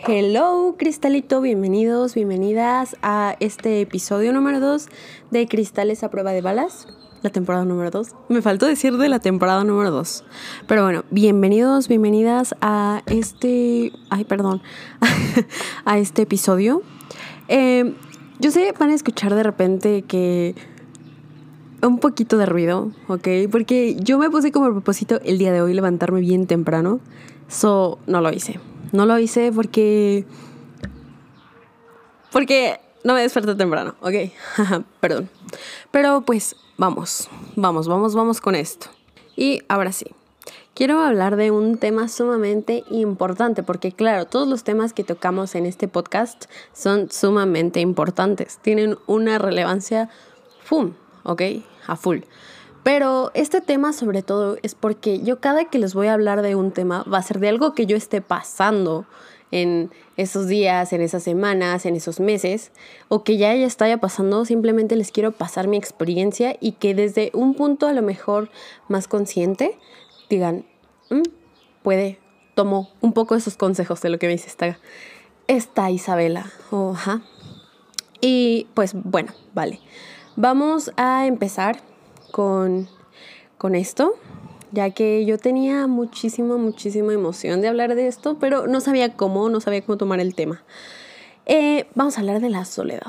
Hello, Cristalito, bienvenidos, bienvenidas a este episodio número 2 de Cristales a Prueba de Balas, la temporada número 2. Me faltó decir de la temporada número 2. Pero bueno, bienvenidos, bienvenidas a a este episodio. Yo sé, van a escuchar de repente que un poquito de ruido, ¿ok? Porque yo me puse como propósito el día de hoy levantarme bien temprano. No lo hice. No lo hice porque no me desperté temprano, ¿ok? Perdón. Pero pues vamos con esto. Y ahora sí, quiero hablar de un tema sumamente importante porque claro, todos los temas que tocamos en este podcast son sumamente importantes. Tienen una relevancia, ¿ok? A full. Pero este tema sobre todo es porque yo cada que les voy a hablar de un tema va a ser de algo que yo esté pasando en esos días, en esas semanas, en esos meses, o que ya esté pasando. Simplemente les quiero pasar mi experiencia y que desde un punto a lo mejor más consciente digan, tomo un poco de esos consejos de lo que me dice esta Isabela. Y pues bueno, vale. Vamos a empezar con esto, ya que yo tenía muchísima emoción de hablar de esto, pero no sabía cómo tomar el tema. Vamos a hablar de la soledad.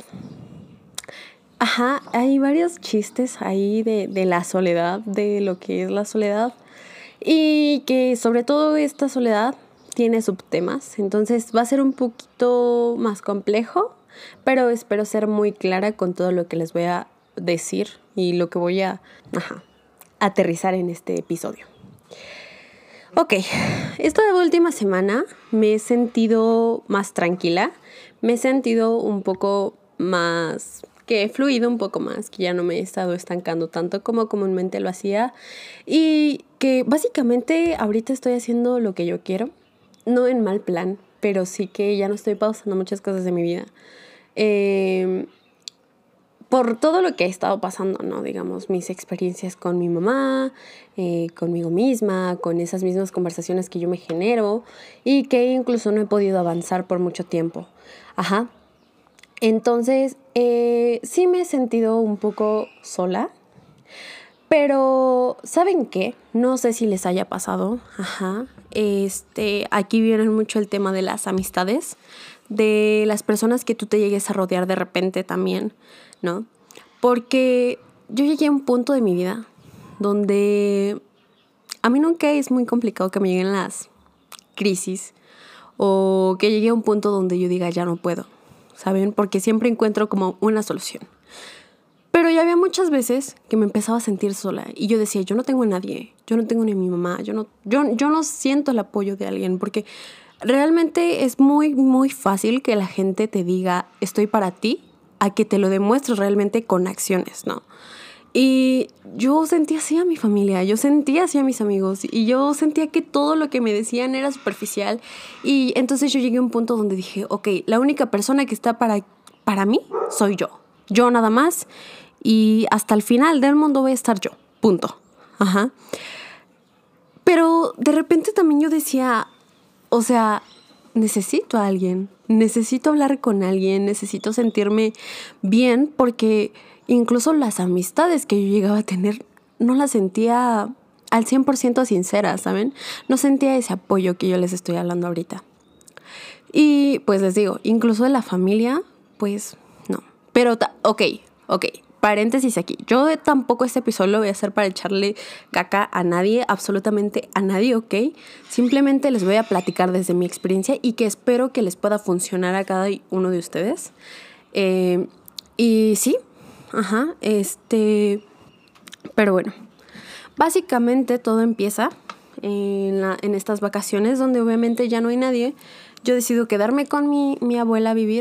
Hay varios chistes ahí de la soledad, de lo que es la soledad, y que sobre todo esta soledad tiene subtemas, entonces va a ser un poquito más complejo, pero espero ser muy clara con todo lo que les voy a decir y lo que voy a aterrizar en este episodio. Ok, esta última semana me he sentido más tranquila, me he sentido un poco más, que he fluido un poco más, que ya no me he estado estancando tanto como comúnmente lo hacía y que básicamente ahorita estoy haciendo lo que yo quiero, no en mal plan, pero sí que ya no estoy pausando muchas cosas de mi vida. Por todo lo que he estado pasando, ¿no? Digamos, mis experiencias con mi mamá, conmigo misma, con esas mismas conversaciones que yo me genero y que incluso no he podido avanzar por mucho tiempo. Entonces, sí me he sentido un poco sola, pero ¿saben qué? No sé si les haya pasado. Aquí viene mucho el tema de las amistades, de las personas que tú te llegues a rodear de repente también, ¿no? Porque yo llegué a un punto de mi vida donde a mí nunca es muy complicado que me lleguen las crisis o que llegue a un punto donde yo diga ya no puedo, ¿saben? Porque siempre encuentro como una solución. Pero ya había muchas veces que me empezaba a sentir sola y yo decía, yo no tengo a nadie, yo no tengo ni a mi mamá, yo no siento el apoyo de alguien, porque realmente es muy fácil que la gente te diga estoy para ti, a que te lo demuestres realmente con acciones, ¿no? Y yo sentía así a mi familia, yo sentía así a mis amigos y yo sentía que todo lo que me decían era superficial y entonces yo llegué a un punto donde dije, ok, la única persona que está para mí soy yo nada más y hasta el final del mundo voy a estar yo, punto. Pero de repente también yo decía, o sea, necesito a alguien, necesito hablar con alguien, necesito sentirme bien, porque incluso las amistades que yo llegaba a tener no las sentía al 100% sinceras, ¿saben? No sentía ese apoyo que yo les estoy hablando ahorita. Y pues les digo, incluso de la familia, pues no. Pero, ok, paréntesis aquí. Yo tampoco este episodio lo voy a hacer para echarle caca a nadie, absolutamente a nadie, ¿ok? Simplemente les voy a platicar desde mi experiencia y que espero que les pueda funcionar a cada uno de ustedes. Y sí, pero bueno, básicamente todo empieza en estas vacaciones donde obviamente ya no hay nadie. Yo decido quedarme con mi abuela a vivir,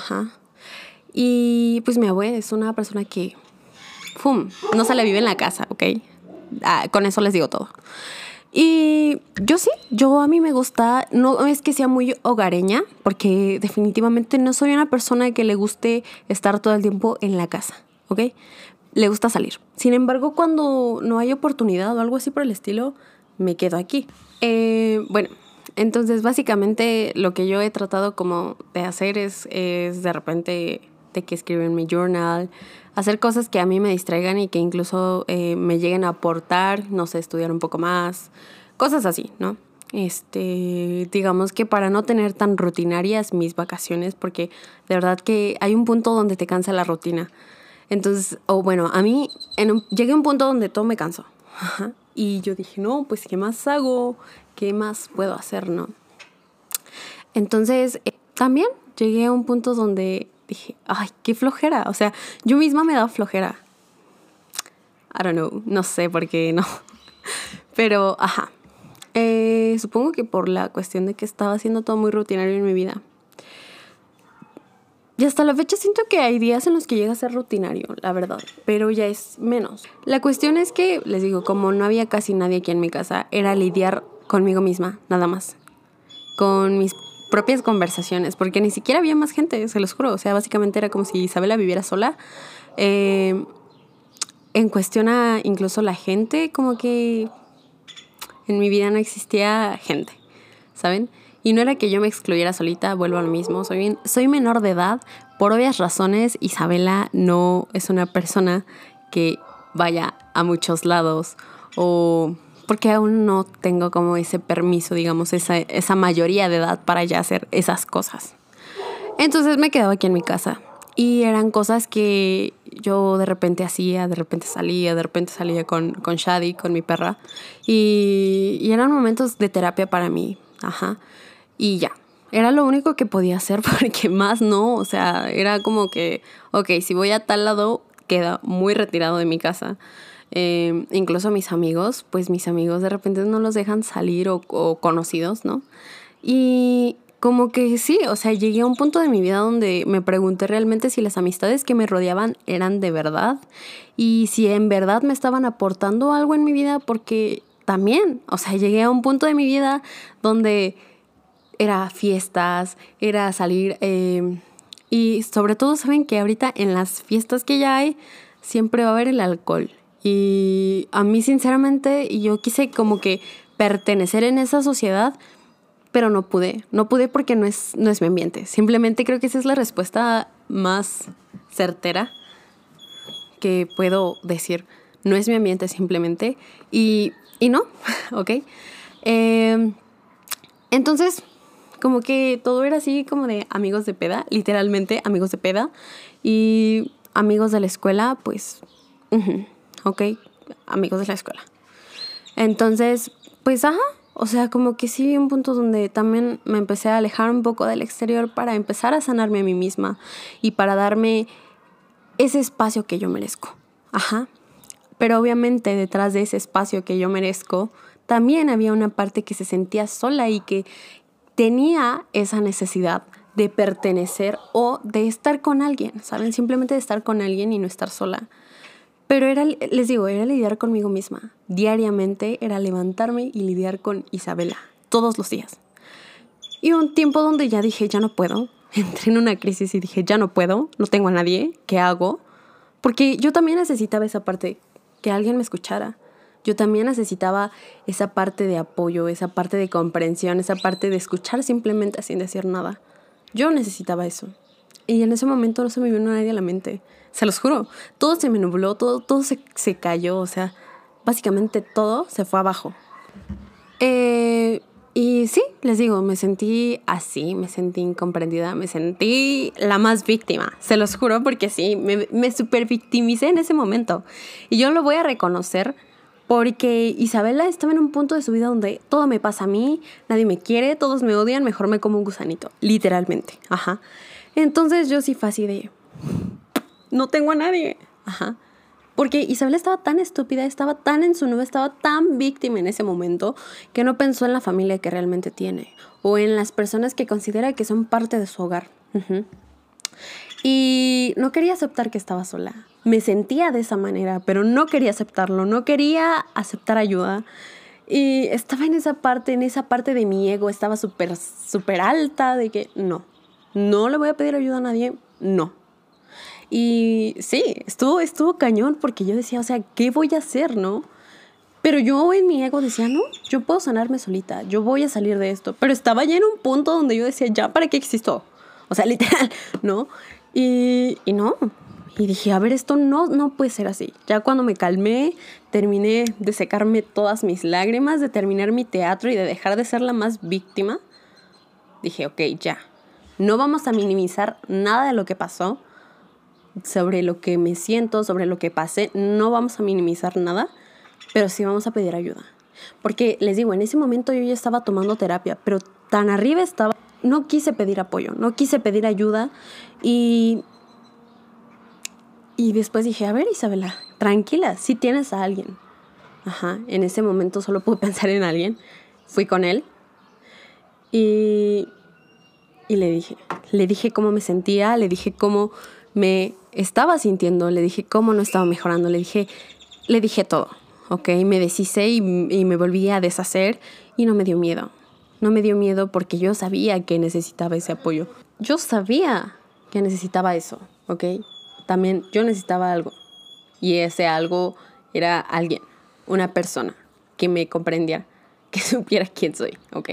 Y pues mi abuela es una persona que no se la vive en la casa, ¿ok? Con eso les digo todo. Y yo a mí me gusta, no es que sea muy hogareña, porque definitivamente no soy una persona que le guste estar todo el tiempo en la casa, ¿ok? Le gusta salir. Sin embargo, cuando no hay oportunidad o algo así por el estilo, me quedo aquí. Bueno, Entonces, básicamente, lo que yo he tratado como de hacer es de repente de que escribir en mi journal, hacer cosas que a mí me distraigan y que incluso me lleguen a aportar, no sé, estudiar un poco más, cosas así, ¿no? Digamos que para no tener tan rutinarias mis vacaciones, porque de verdad que hay un punto donde te cansa la rutina. Entonces, a mí llegué a un punto donde todo me cansó. Ajá. Y yo dije, no, pues, ¿qué más hago? ¿Qué más puedo hacer, no? Entonces, también llegué a un punto donde dije, ay, qué flojera. O sea, yo misma me daba flojera. I don't know, no sé por qué no. Pero, ajá. Supongo que por la cuestión de que estaba haciendo todo muy rutinario en mi vida. Y hasta la fecha siento que hay días en los que llega a ser rutinario, la verdad, pero ya es menos. La cuestión es que, les digo, como no había casi nadie aquí en mi casa, era lidiar conmigo misma, nada más. Con mis propias conversaciones, porque ni siquiera había más gente, se los juro. O sea, básicamente era como si Isabela viviera sola. En cuestión a incluso la gente, como que en mi vida no existía gente, ¿saben? Y no era que yo me excluyera solita, vuelvo a lo mismo. Soy menor de edad, por obvias razones. Isabela no es una persona que vaya a muchos lados o porque aún no tengo como ese permiso, digamos, esa mayoría de edad para ya hacer esas cosas. Entonces me quedaba aquí en mi casa y eran cosas que yo de repente hacía, de repente salía con Shadi, con mi perra, y eran momentos de terapia para mí, ajá. Y ya, era lo único que podía hacer porque más no, o sea, era como que, ok, si voy a tal lado, queda muy retirado de mi casa. Incluso mis amigos de repente no los dejan salir o conocidos, ¿no? Y como que sí, o sea, llegué a un punto de mi vida donde me pregunté realmente si las amistades que me rodeaban eran de verdad y si en verdad me estaban aportando algo en mi vida, porque también, o sea, llegué a un punto de mi vida donde era fiestas, era salir, y sobre todo saben que ahorita en las fiestas que ya hay siempre va a haber el alcohol. Y a mí sinceramente yo quise como que pertenecer en esa sociedad, pero no pude porque no es mi ambiente. Simplemente creo que esa es la respuesta más certera que puedo decir. No es mi ambiente simplemente y no, ¿ok? Entonces, como que todo era así como de amigos de peda, literalmente amigos de peda, y amigos de la escuela, pues, ok, amigos de la escuela. Entonces, pues, ajá, o sea, como que sí vi un punto donde también me empecé a alejar un poco del exterior para empezar a sanarme a mí misma y para darme ese espacio que yo merezco, ajá. Pero obviamente detrás de ese espacio que yo merezco, también había una parte que se sentía sola y que tenía esa necesidad de pertenecer o de estar con alguien, ¿saben? Simplemente de estar con alguien y no estar sola. Pero era lidiar conmigo misma. Diariamente era levantarme y lidiar con Isabela, todos los días. Y un tiempo donde ya dije, ya no puedo. Entré en una crisis y dije, ya no puedo, no tengo a nadie, ¿qué hago? Porque yo también necesitaba esa parte, que alguien me escuchara. Yo también necesitaba esa parte de apoyo, esa parte de comprensión, esa parte de escuchar simplemente sin decir nada. Yo necesitaba eso. Y en ese momento no se me vino nadie a la mente. Se los juro. Todo se me nubló, todo se cayó. O sea, básicamente todo se fue abajo. Y sí, les digo, me sentí así, me sentí incomprendida, me sentí la más víctima, se los juro, porque sí, me super victimicé en ese momento. Y yo lo voy a reconocer porque Isabela estaba en un punto de su vida donde todo me pasa a mí, nadie me quiere, todos me odian, mejor me como un gusanito, literalmente, ajá. Entonces yo sí fue así de, no tengo a nadie, ajá. Porque Isabela estaba tan estúpida, estaba tan en su nube, estaba tan víctima en ese momento que no pensó en la familia que realmente tiene o en las personas que considera que son parte de su hogar. Y no quería aceptar que estaba sola. Me sentía de esa manera, pero no quería aceptarlo, no quería aceptar ayuda. Y estaba en esa parte de mi ego, estaba súper alta de que no le voy a pedir ayuda a nadie, no. Y sí, estuvo cañón porque yo decía, o sea, ¿qué voy a hacer, no? Pero yo en mi ego decía, no, yo puedo sanarme solita, yo voy a salir de esto. Pero estaba ya en un punto donde yo decía, ya, ¿para qué existo? O sea, literal, ¿no? Y no. Y dije, a ver, esto no puede ser así. Ya cuando me calmé, terminé de secarme todas mis lágrimas, de terminar mi teatro y de dejar de ser la más víctima, dije, ok, ya. No vamos a minimizar nada de lo que pasó, sobre lo que me siento, sobre lo que pasé. No vamos a minimizar nada, pero sí vamos a pedir ayuda. Porque les digo, en ese momento yo ya estaba tomando terapia, pero tan arriba estaba, no quise pedir apoyo, no quise pedir ayuda y después dije, a ver, Isabela, tranquila, sí tienes a alguien. Ajá, en ese momento solo pude pensar en alguien. Fui con él y le dije cómo me sentía, le dije cómo me estaba sintiendo, le dije cómo no estaba mejorando, le dije todo, ¿ok? Me deshice y me volví a deshacer y no me dio miedo. No me dio miedo porque yo sabía que necesitaba ese apoyo. Yo sabía que necesitaba eso, ¿ok? También yo necesitaba algo. Y ese algo era alguien, una persona que me comprendiera, que supiera quién soy, ¿ok?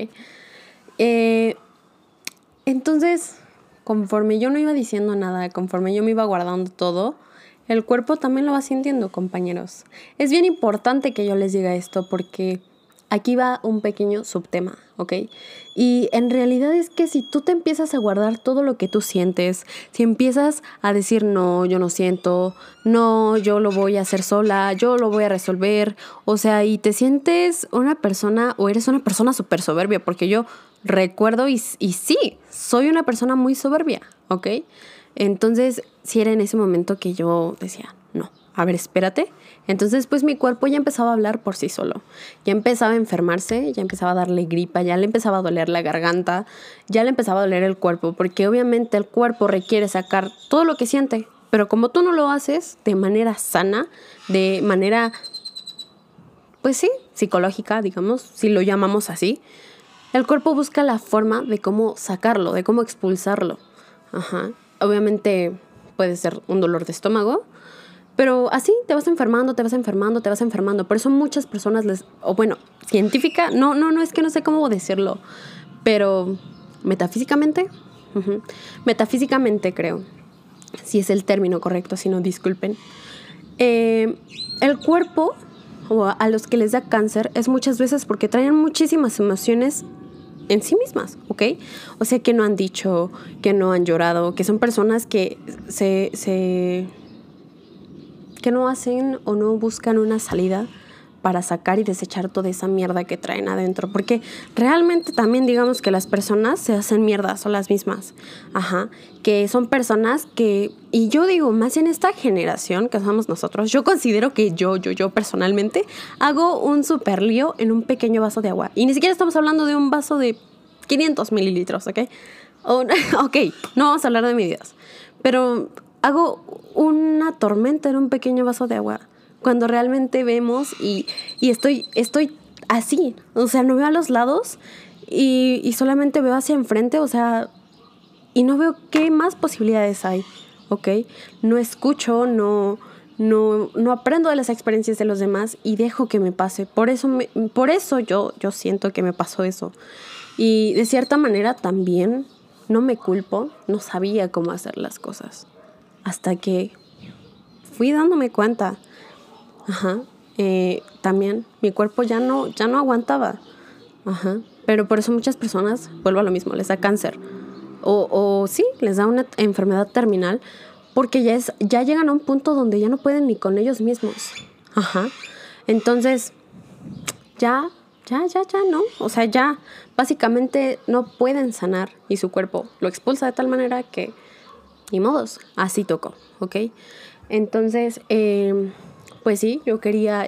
Entonces, conforme yo no iba diciendo nada, conforme yo me iba guardando todo, el cuerpo también lo va sintiendo, compañeros. Es bien importante que yo les diga esto porque aquí va un pequeño subtema, ¿ok? Y en realidad es que si tú te empiezas a guardar todo lo que tú sientes, si empiezas a decir, no, yo no siento, no, yo lo voy a hacer sola, yo lo voy a resolver, o sea, y te sientes una persona o eres una persona súper soberbia, porque yo recuerdo y sí, soy una persona muy soberbia, ¿ok? Entonces, sí era en ese momento que yo decía, no, a ver, espérate. Entonces, pues mi cuerpo ya empezaba a hablar por sí solo. Ya empezaba a enfermarse, ya empezaba a darle gripa, ya le empezaba a doler la garganta, ya le empezaba a doler el cuerpo, porque obviamente el cuerpo requiere sacar todo lo que siente. Pero como tú no lo haces de manera sana, de manera, pues sí, psicológica, digamos, si lo llamamos así, el cuerpo busca la forma de cómo sacarlo, de cómo expulsarlo. Ajá. Obviamente puede ser un dolor de estómago, pero así te vas enfermando, te vas enfermando, te vas enfermando. Por eso muchas personas científica, no, es que no sé cómo decirlo, pero metafísicamente, metafísicamente creo, si es el término correcto, si no, disculpen. El cuerpo, o a los que les da cáncer, es muchas veces porque traen muchísimas emociones en sí mismas, ¿ok? O sea, que no han dicho, que no han llorado, que son personas que que no hacen o no buscan una salida para sacar y desechar toda esa mierda que traen adentro. Porque realmente también digamos que las personas se hacen mierda, son las mismas. Ajá. Que son personas que, y yo digo, más en esta generación que somos nosotros, yo considero que yo personalmente hago un super lío en un pequeño vaso de agua. Y ni siquiera estamos hablando de un vaso de 500 mililitros, ¿ok? Ok, no vamos a hablar de medidas. Pero hago una tormenta en un pequeño vaso de agua. Cuando realmente vemos y estoy así. O sea, no veo a los lados y solamente veo hacia enfrente, o sea, y no veo qué más posibilidades hay, ¿ok? No escucho, no aprendo de las experiencias de los demás y dejo que me pase. Por eso yo siento que me pasó eso. Y de cierta manera también no me culpo, no sabía cómo hacer las cosas. Hasta que fui dándome cuenta. Ajá. También mi cuerpo ya no aguantaba. Ajá. Pero por eso muchas personas, vuelvo a lo mismo, les da cáncer. O sí, les da una enfermedad terminal. Porque ya llegan a un punto donde ya no pueden ni con ellos mismos. Ajá. Entonces, ya, ¿no? O sea, ya básicamente no pueden sanar y su cuerpo lo expulsa de tal manera que, ni modos, así tocó, ¿ok? Entonces, pues sí, yo quería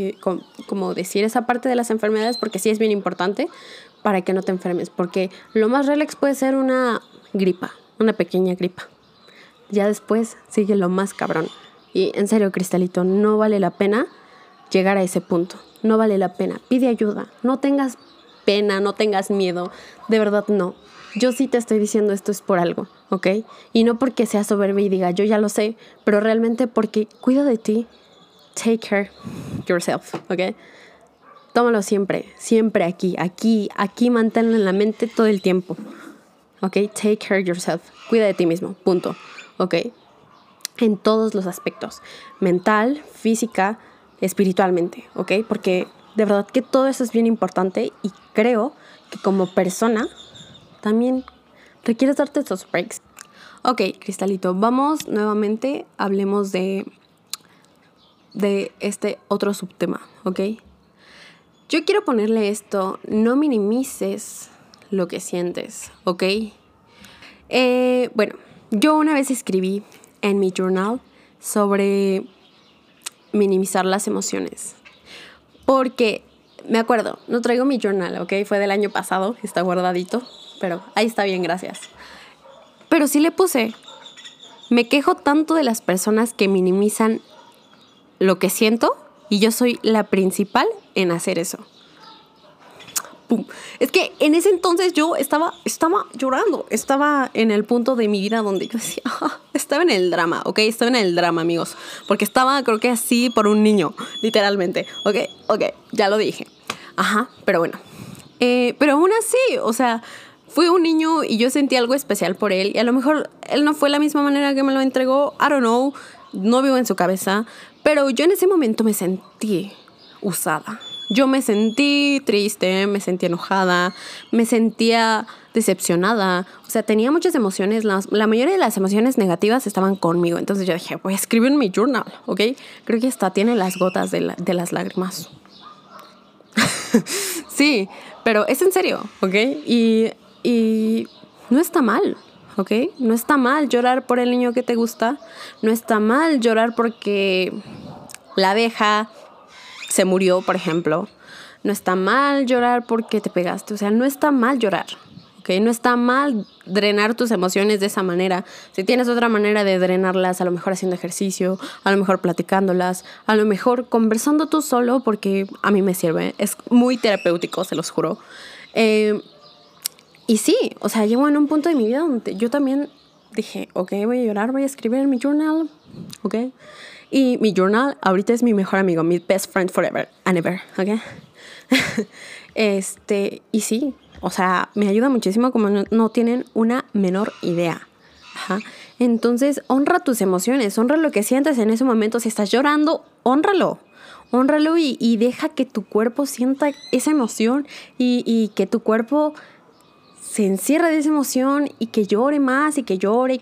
como decir esa parte de las enfermedades porque sí es bien importante para que no te enfermes, porque lo más relax puede ser una gripa, una pequeña gripa. Ya después sigue lo más cabrón. Y en serio, Cristalito, no vale la pena llegar a ese punto. No vale la pena. Pide ayuda. No tengas pena, no tengas miedo. De verdad, no. Yo sí te estoy diciendo esto es por algo, ¿ok? Y no porque sea soberbia y diga, yo ya lo sé, pero realmente porque cuida de ti. Take care yourself, ¿ok? tómalo siempre, siempre aquí, manténlo en la mente todo el tiempo. ¿Ok? Take care of yourself. Cuida de ti mismo, punto. ¿Ok? En todos los aspectos. Mental, física, espiritualmente. ¿Ok? Porque de verdad que todo eso es bien importante y creo que como persona también requieres darte esos breaks. Ok, Cristalito, vamos nuevamente, hablemos de este otro subtema, ¿ok? Yo quiero ponerle esto, no minimices lo que sientes, ¿ok? Bueno, yo una vez escribí en mi journal sobre minimizar las emociones. Porque, me acuerdo, no traigo mi journal, ¿ok? Fue del año pasado, está guardadito, pero ahí está bien, gracias. Pero sí le puse, me quejo tanto de las personas que minimizan lo que siento y yo soy la principal en hacer eso. ¡Pum! Es que en ese entonces yo estaba llorando, estaba en el punto de mi vida donde yo decía, estaba en el drama, ¿ok? Estaba en el drama, amigos, porque estaba, creo que así por un niño, literalmente, ¿ok? Ya lo dije. Ajá, pero bueno. Pero aún así, o sea, fue un niño y yo sentí algo especial por él y a lo mejor él no fue la misma manera que me lo entregó, I don't know, no vivo en su cabeza, pero yo en ese momento me sentí usada. Yo me sentí triste, me sentí enojada, me sentía decepcionada. O sea, tenía muchas emociones. La mayoría de las emociones negativas estaban conmigo. Entonces yo dije, voy a escribir en mi journal, ¿ok? Creo que hasta tiene las gotas de las lágrimas. Sí, pero es en serio, ¿ok? Y no está mal, ¿ok? No está mal llorar por el niño que te gusta. No está mal llorar porque la abeja se murió, por ejemplo. No está mal llorar porque te pegaste. O sea, no está mal llorar, ¿ok? No está mal drenar tus emociones de esa manera. Si tienes otra manera de drenarlas, a lo mejor haciendo ejercicio, a lo mejor platicándolas, a lo mejor conversando tú solo, porque a mí me sirve. Es muy terapéutico, se los juro. Y sí, o sea, llego en un punto de mi vida donde yo también dije, ok, voy a llorar, voy a escribir en mi journal, ¿ok? Y mi journal ahorita es mi mejor amigo, mi best friend forever and ever, ¿ok? Y sí, o sea, me ayuda muchísimo como no tienen una menor idea. Ajá. Entonces, honra tus emociones, honra lo que sientes en ese momento. Si estás llorando, honralo y deja que tu cuerpo sienta esa emoción y que tu cuerpo se encierre de esa emoción y que llore más y que llore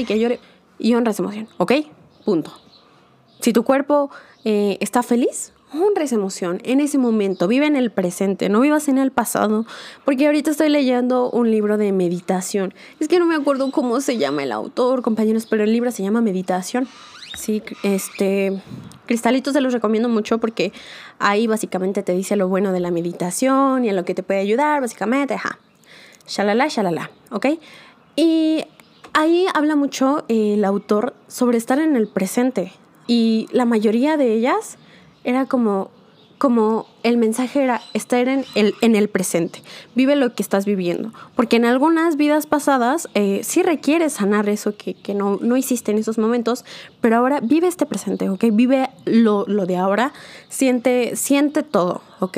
y honra esa emoción, ¿ok? Punto. Si tu cuerpo está feliz, honra esa emoción en ese momento, vive en el presente, no vivas en el pasado, porque ahorita estoy leyendo un libro de meditación. Es que no me acuerdo cómo se llama el autor, compañeros, pero el libro se llama Meditación. Sí, Cristalitos se los recomiendo mucho porque ahí básicamente te dice lo bueno de la meditación y a lo que te puede ayudar, básicamente, ajá. Shalala, ¿ok? Y ahí habla mucho el autor sobre estar en el presente. Y la mayoría de ellas era como el mensaje era estar en el presente. Vive lo que estás viviendo. Porque en algunas vidas pasadas sí requieres sanar eso que no hiciste en esos momentos. Pero ahora vive este presente, ¿ok? Vive lo de ahora. Siente todo, ¿ok?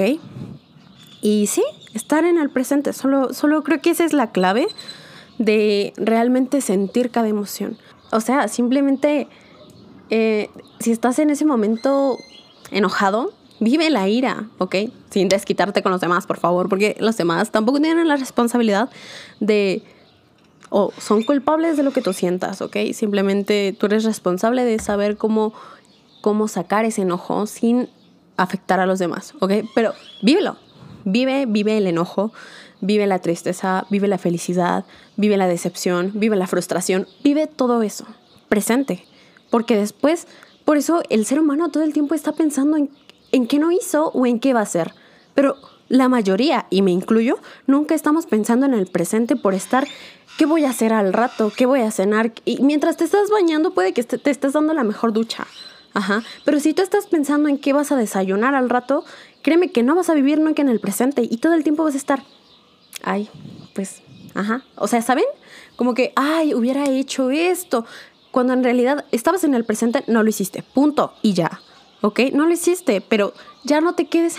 Y sí, estar en el presente. Solo creo que esa es la clave de realmente sentir cada emoción. O sea, simplemente si estás en ese momento enojado, vive la ira, ¿ok? Sin desquitarte con los demás, por favor, porque los demás tampoco tienen la responsabilidad de o son culpables de lo que tú sientas, ¿ok? Simplemente tú eres responsable de saber cómo sacar ese enojo sin afectar a los demás, ¿ok? Pero vívelo. Vive el enojo, vive la tristeza, vive la felicidad, vive la decepción, vive la frustración, vive todo eso, presente. Porque después, por eso el ser humano todo el tiempo está pensando en qué no hizo o en qué va a hacer. Pero la mayoría, y me incluyo, nunca estamos pensando en el presente por estar, ¿qué voy a hacer al rato? ¿Qué voy a cenar? Y mientras te estás bañando puede que te estés dando la mejor ducha. Ajá. Pero si tú estás pensando en qué vas a desayunar al rato, créeme que no vas a vivir nunca en el presente y todo el tiempo vas a estar, ay, pues, ajá. O sea, ¿saben? Como que, ay, hubiera hecho esto. Cuando en realidad estabas en el presente, no lo hiciste. Punto. Y ya. ¿ok? No lo hiciste, pero ya no te quedes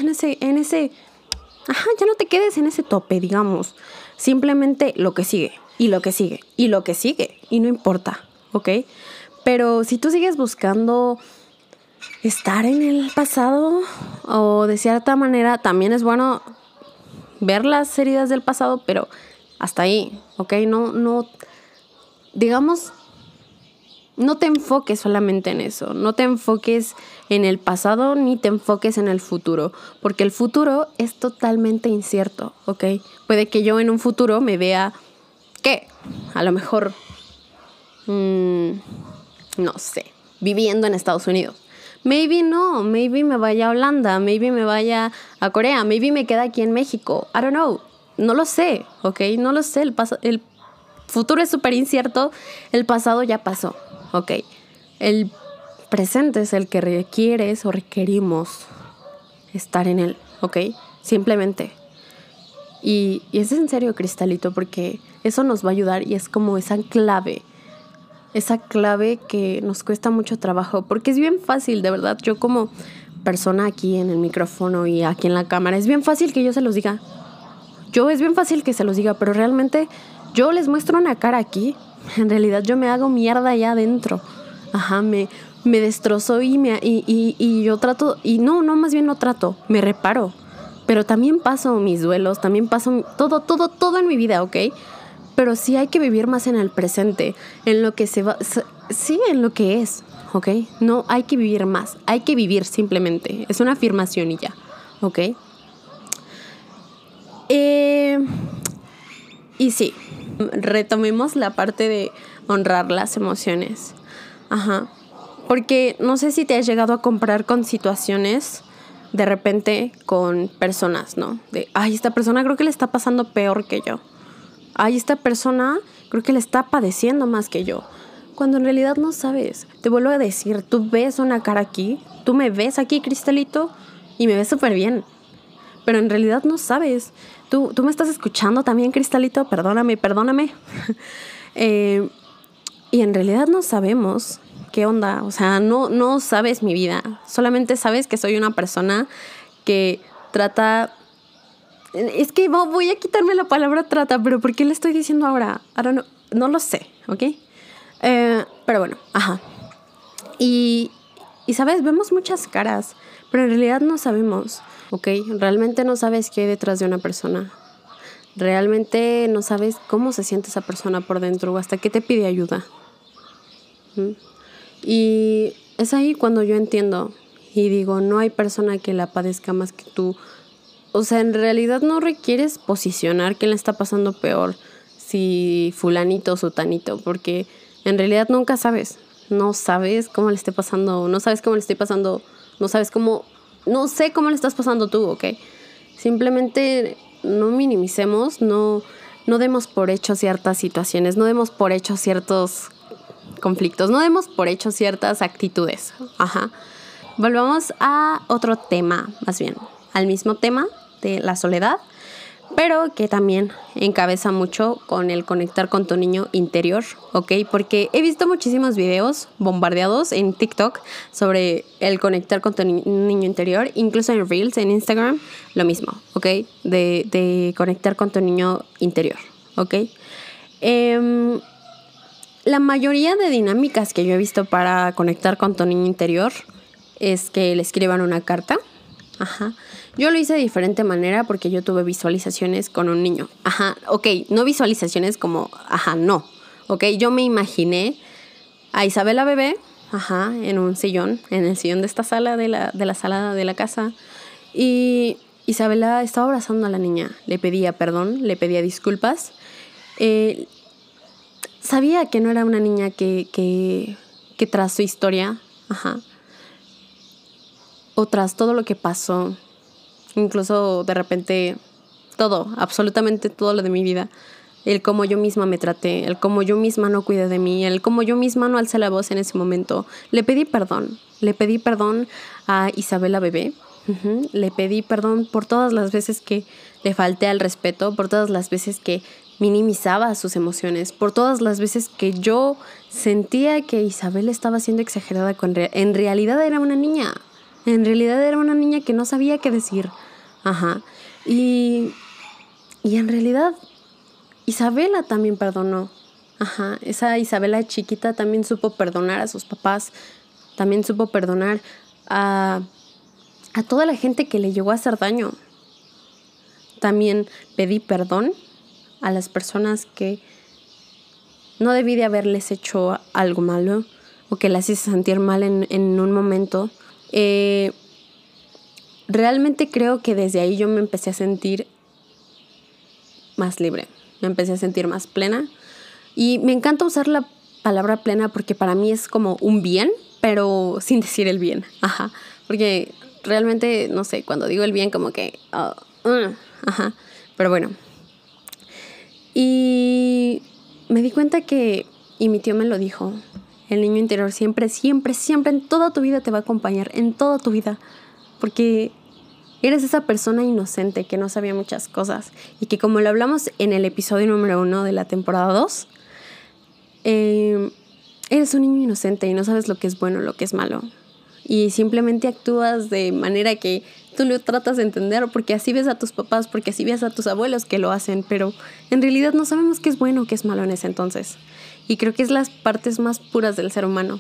ya no te quedes en ese tope, digamos. Simplemente lo que sigue, y lo que sigue, y lo que sigue, y no importa, ¿ok? Pero si tú sigues buscando estar en el pasado, o de cierta manera también es bueno ver las heridas del pasado, pero hasta ahí, ¿ok? No, digamos, no te enfoques solamente en eso, no te enfoques en el pasado ni te enfoques en el futuro, porque el futuro es totalmente incierto, ¿ok? Puede que yo en un futuro me vea, ¿qué? A lo mejor, no sé, viviendo en Estados Unidos. Maybe no, maybe me vaya a Holanda, maybe me vaya a Corea, maybe me queda aquí en México, I don't know, no lo sé, ¿ok? No lo sé, el futuro es súper incierto, el pasado ya pasó, ¿ok? El presente es el que requieres o requerimos estar en él, ¿ok? Simplemente. Y es en serio, Cristalito, porque eso nos va a ayudar y es como esa clave que nos cuesta mucho trabajo, porque es bien fácil, de verdad, yo como persona aquí en el micrófono y aquí en la cámara, es bien fácil que yo se los diga. Es bien fácil que se los diga, pero realmente yo les muestro una cara aquí. En realidad yo me hago mierda allá adentro. Ajá, me destrozo y yo trato, y no, más bien no trato, me reparo. Pero también paso mis duelos, también paso todo en mi vida, ¿ok? Pero sí hay que vivir más en el presente, en lo que sí, en lo que es, ¿ok? No hay que vivir más, hay que vivir simplemente. Es una afirmación y ya, ¿ok? Y sí, retomemos la parte de honrar las emociones. Ajá. Porque no sé si te has llegado a comparar con situaciones de repente con personas, ¿no? De, ay, esta persona creo que le está pasando peor que yo. Ay, esta persona creo que le está padeciendo más que yo. Cuando en realidad no sabes. Te vuelvo a decir, tú ves una cara aquí, tú me ves aquí, Cristalito, y me ves súper bien. Pero en realidad no sabes. Tú me estás escuchando también, Cristalito, perdóname. Y en realidad no sabemos qué onda. O sea, no sabes mi vida. Solamente sabes que soy una persona que trata... Es que voy a quitarme la palabra trata, pero ¿por qué le estoy diciendo ahora? Ahora no lo sé, ¿ok? Pero bueno, ajá. Y, ¿sabes? Vemos muchas caras, pero en realidad no sabemos, ¿ok? Realmente no sabes qué hay detrás de una persona. Realmente no sabes cómo se siente esa persona por dentro o hasta qué te pide ayuda. Y es ahí cuando yo entiendo y digo, no hay persona que la padezca más que tú. O sea, en realidad no requieres posicionar quién le está pasando peor, si fulanito o sutanito, porque en realidad nunca sabes. No sabes cómo le esté pasando, no sabes cómo le estoy pasando, no sé cómo le estás pasando tú, ¿ok? Simplemente no minimicemos, no demos por hecho ciertas situaciones, no demos por hecho ciertos conflictos, no demos por hecho ciertas actitudes. Ajá. Volvamos a otro tema, más bien, al mismo tema de la soledad, pero que también encabeza mucho con el conectar con tu niño interior, ¿ok? Porque he visto muchísimos videos bombardeados en TikTok sobre el conectar con tu niño interior, incluso en Reels, en Instagram, lo mismo, ¿ok? De conectar con tu niño interior, ¿ok? La mayoría de dinámicas que yo he visto para conectar con tu niño interior es que le escriban una carta. Ajá. Yo lo hice de diferente manera porque yo tuve visualizaciones con un niño. Ajá, ok, no visualizaciones como, no. Ok, yo me imaginé a Isabela bebé, en un sillón, en el sillón de esta sala, de la sala de la casa. Y Isabela estaba abrazando a la niña. Le pedía perdón, le pedía disculpas. Sabía que no era una niña que tras su historia, o tras todo lo que pasó, incluso de repente todo, absolutamente todo lo de mi vida, el cómo yo misma me traté, el cómo yo misma no cuidé de mí, el cómo yo misma no alcé la voz en ese momento, le pedí perdón a Isabela bebé. Le pedí perdón por todas las veces que le falté al respeto, por todas las veces que minimizaba sus emociones, por todas las veces que yo sentía que Isabel estaba siendo exagerada en realidad era una niña. En realidad era una niña que no sabía qué decir. Ajá. Y en realidad Isabela también perdonó. Ajá. Esa Isabela chiquita también supo perdonar a sus papás. También supo perdonar a toda la gente que le llegó a hacer daño. También pedí perdón a las personas que no debí de haberles hecho algo malo o que las hice sentir mal en un momento. Realmente creo que desde ahí yo me empecé a sentir más libre, me empecé a sentir más plena. Y me encanta usar la palabra plena porque para mí es como un bien, pero sin decir el bien. Ajá. Porque realmente, no sé, cuando digo el bien como que... ajá. Pero bueno. Y me di cuenta que, y mi tío me lo dijo, el niño interior siempre, siempre, siempre en toda tu vida te va a acompañar, en toda tu vida. Porque eres esa persona inocente que no sabía muchas cosas y que, como lo hablamos en el episodio número 1 de la temporada 2, eres un niño inocente y no sabes lo que es bueno, lo que es malo. Y simplemente actúas de manera que tú lo tratas de entender porque así ves a tus papás, porque así ves a tus abuelos que lo hacen, pero en realidad no sabemos qué es bueno o qué es malo en ese entonces. Y creo que es las partes más puras del ser humano.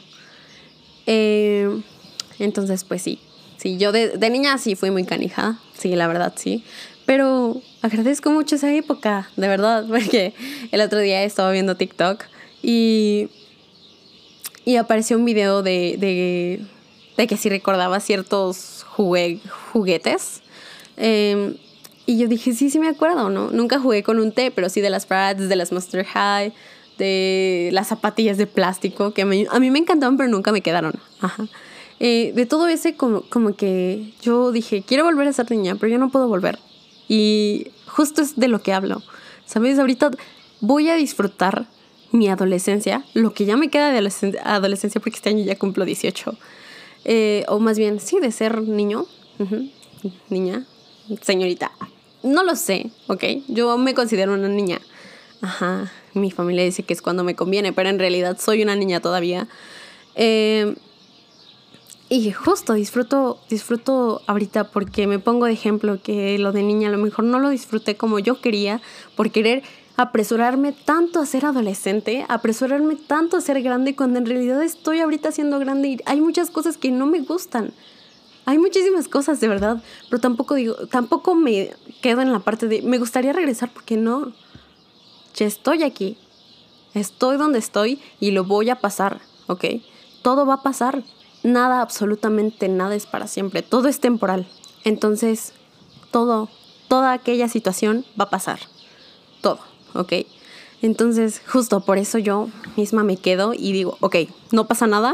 Entonces, pues sí. Sí, yo de niña sí fui muy canija, sí, la verdad sí. Pero agradezco mucho esa época, de verdad, porque el otro día estaba viendo TikTok y apareció un video de que sí recordaba ciertos juguetes. Y yo dije, sí me acuerdo, ¿no? Nunca jugué con un té, pero sí de las Bratz, de las Monster High, de las zapatillas de plástico, que a mí me encantaban, pero nunca me quedaron. Ajá. De todo ese como que yo dije, quiero volver a ser niña, pero yo no puedo volver. Y justo es de lo que hablo. ¿Sabes? Ahorita voy a disfrutar mi adolescencia, lo que ya me queda de adolescencia, porque este año ya cumplo 18. O más bien, sí, de ser niño. Niña, señorita. No lo sé, ¿ok? Yo me considero una niña. Ajá, mi familia dice que es cuando me conviene, pero en realidad soy una niña todavía. Y justo disfruto ahorita porque me pongo de ejemplo que lo de niña a lo mejor no lo disfruté como yo quería por querer apresurarme tanto a ser adolescente, apresurarme tanto a ser grande cuando en realidad estoy ahorita siendo grande y hay muchas cosas que no me gustan. Hay muchísimas cosas, de verdad, pero tampoco me quedo en la parte de me gustaría regresar porque no. Ya estoy aquí. Estoy donde estoy y lo voy a pasar, ¿ok? Todo va a pasar. Nada, absolutamente nada es para siempre. Todo es temporal. Entonces, toda aquella situación va a pasar. Todo, ¿ok? Entonces, justo por eso yo misma me quedo y digo, ok, no pasa nada.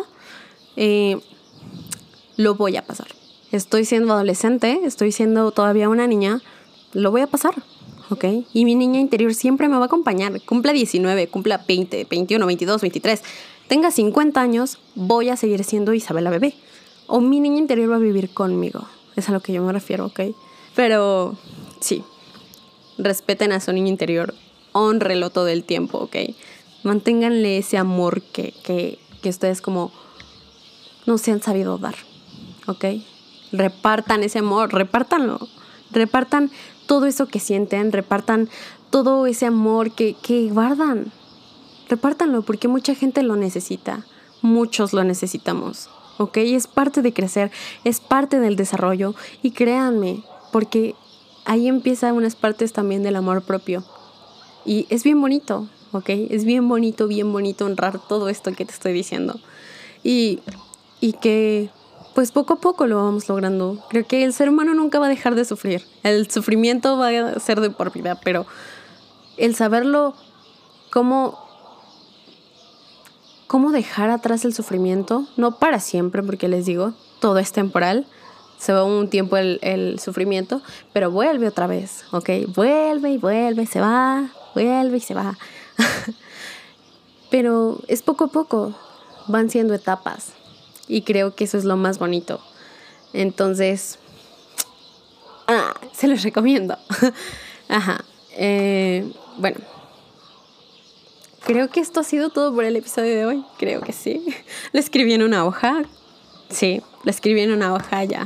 Lo voy a pasar. Estoy siendo adolescente, estoy siendo todavía una niña. Lo voy a pasar, ¿ok? Y mi niña interior siempre me va a acompañar. Cumpla 19, cumpla 20, 21, 22, 23... tenga 50 años, voy a seguir siendo Isabela bebé. O mi niña interior va a vivir conmigo. Es a lo que yo me refiero, ¿ok? Pero sí, respeten a su niño interior. Hónrelo todo el tiempo, ¿ok? Manténganle ese amor que ustedes como no se han sabido dar, ¿ok? Repartan ese amor, repártanlo. Repartan todo eso que sienten, repartan todo ese amor que guardan. Repártanlo porque mucha gente lo necesita. Muchos lo necesitamos, ¿ok? Es parte de crecer, es parte del desarrollo. Y créanme, porque ahí empiezan unas partes también del amor propio. Y es bien bonito, ¿ok? Es bien bonito honrar todo esto que te estoy diciendo. Y que, pues poco a poco lo vamos logrando. Creo que el ser humano nunca va a dejar de sufrir. El sufrimiento va a ser de por vida, pero el saberlo cómo dejar atrás el sufrimiento, no para siempre, porque les digo, todo es temporal, se va un tiempo el sufrimiento, pero vuelve otra vez, ¿ok? Vuelve y vuelve, se va, vuelve y se va. Pero es poco a poco, van siendo etapas, y creo que eso es lo más bonito. Entonces, se los recomiendo. Ajá. Bueno. Creo que esto ha sido todo por el episodio de hoy. Creo que sí. Lo escribí en una hoja. Sí. Lo escribí en una hoja ya.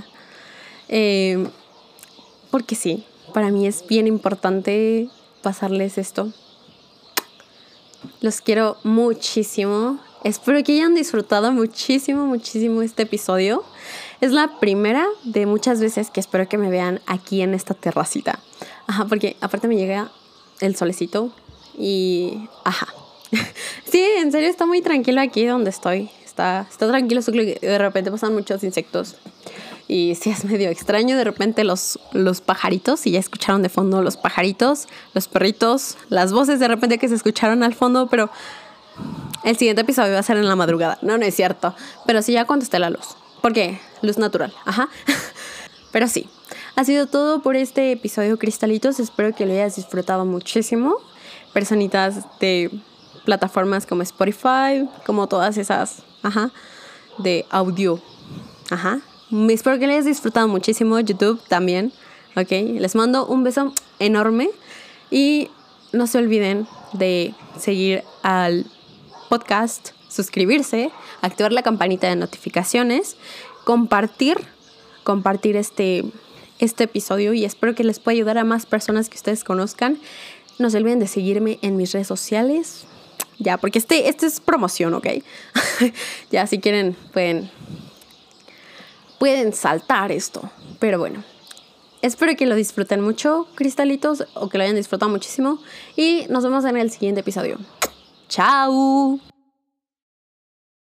Porque sí, para mí es bien importante pasarles esto. Los quiero muchísimo. Espero que hayan disfrutado muchísimo este episodio. Es la primera de muchas veces que espero que me vean aquí en esta terracita. Ajá, porque aparte me llega el solecito y... Ajá. Sí, en serio está muy tranquilo aquí donde estoy. Está tranquilo, solo que de repente pasan muchos insectos. Y sí, es medio extraño de repente los pajaritos. Y ya escucharon de fondo los pajaritos, los perritos, las voces de repente que se escucharon al fondo. Pero el siguiente episodio va a ser en la madrugada. No es cierto. Pero sí, ya cuando esté la luz. ¿Por qué? Luz natural. Ajá. Pero sí, ha sido todo por este episodio, cristalitos. Espero que lo hayas disfrutado muchísimo. Personitas de plataformas como Spotify, como todas esas, de audio. Espero que lo hayas disfrutado muchísimo. YouTube también. Ok, les mando un beso enorme. Y no se olviden de seguir al podcast, suscribirse, activar la campanita de notificaciones, compartir este episodio, y espero que les pueda ayudar a más personas que ustedes conozcan. No se olviden de seguirme en mis redes sociales. Ya, porque este es promoción, ¿ok? Ya, si quieren, pueden saltar esto. Pero bueno, espero que lo disfruten mucho, cristalitos, o que lo hayan disfrutado muchísimo. Y nos vemos en el siguiente episodio. ¡Chao!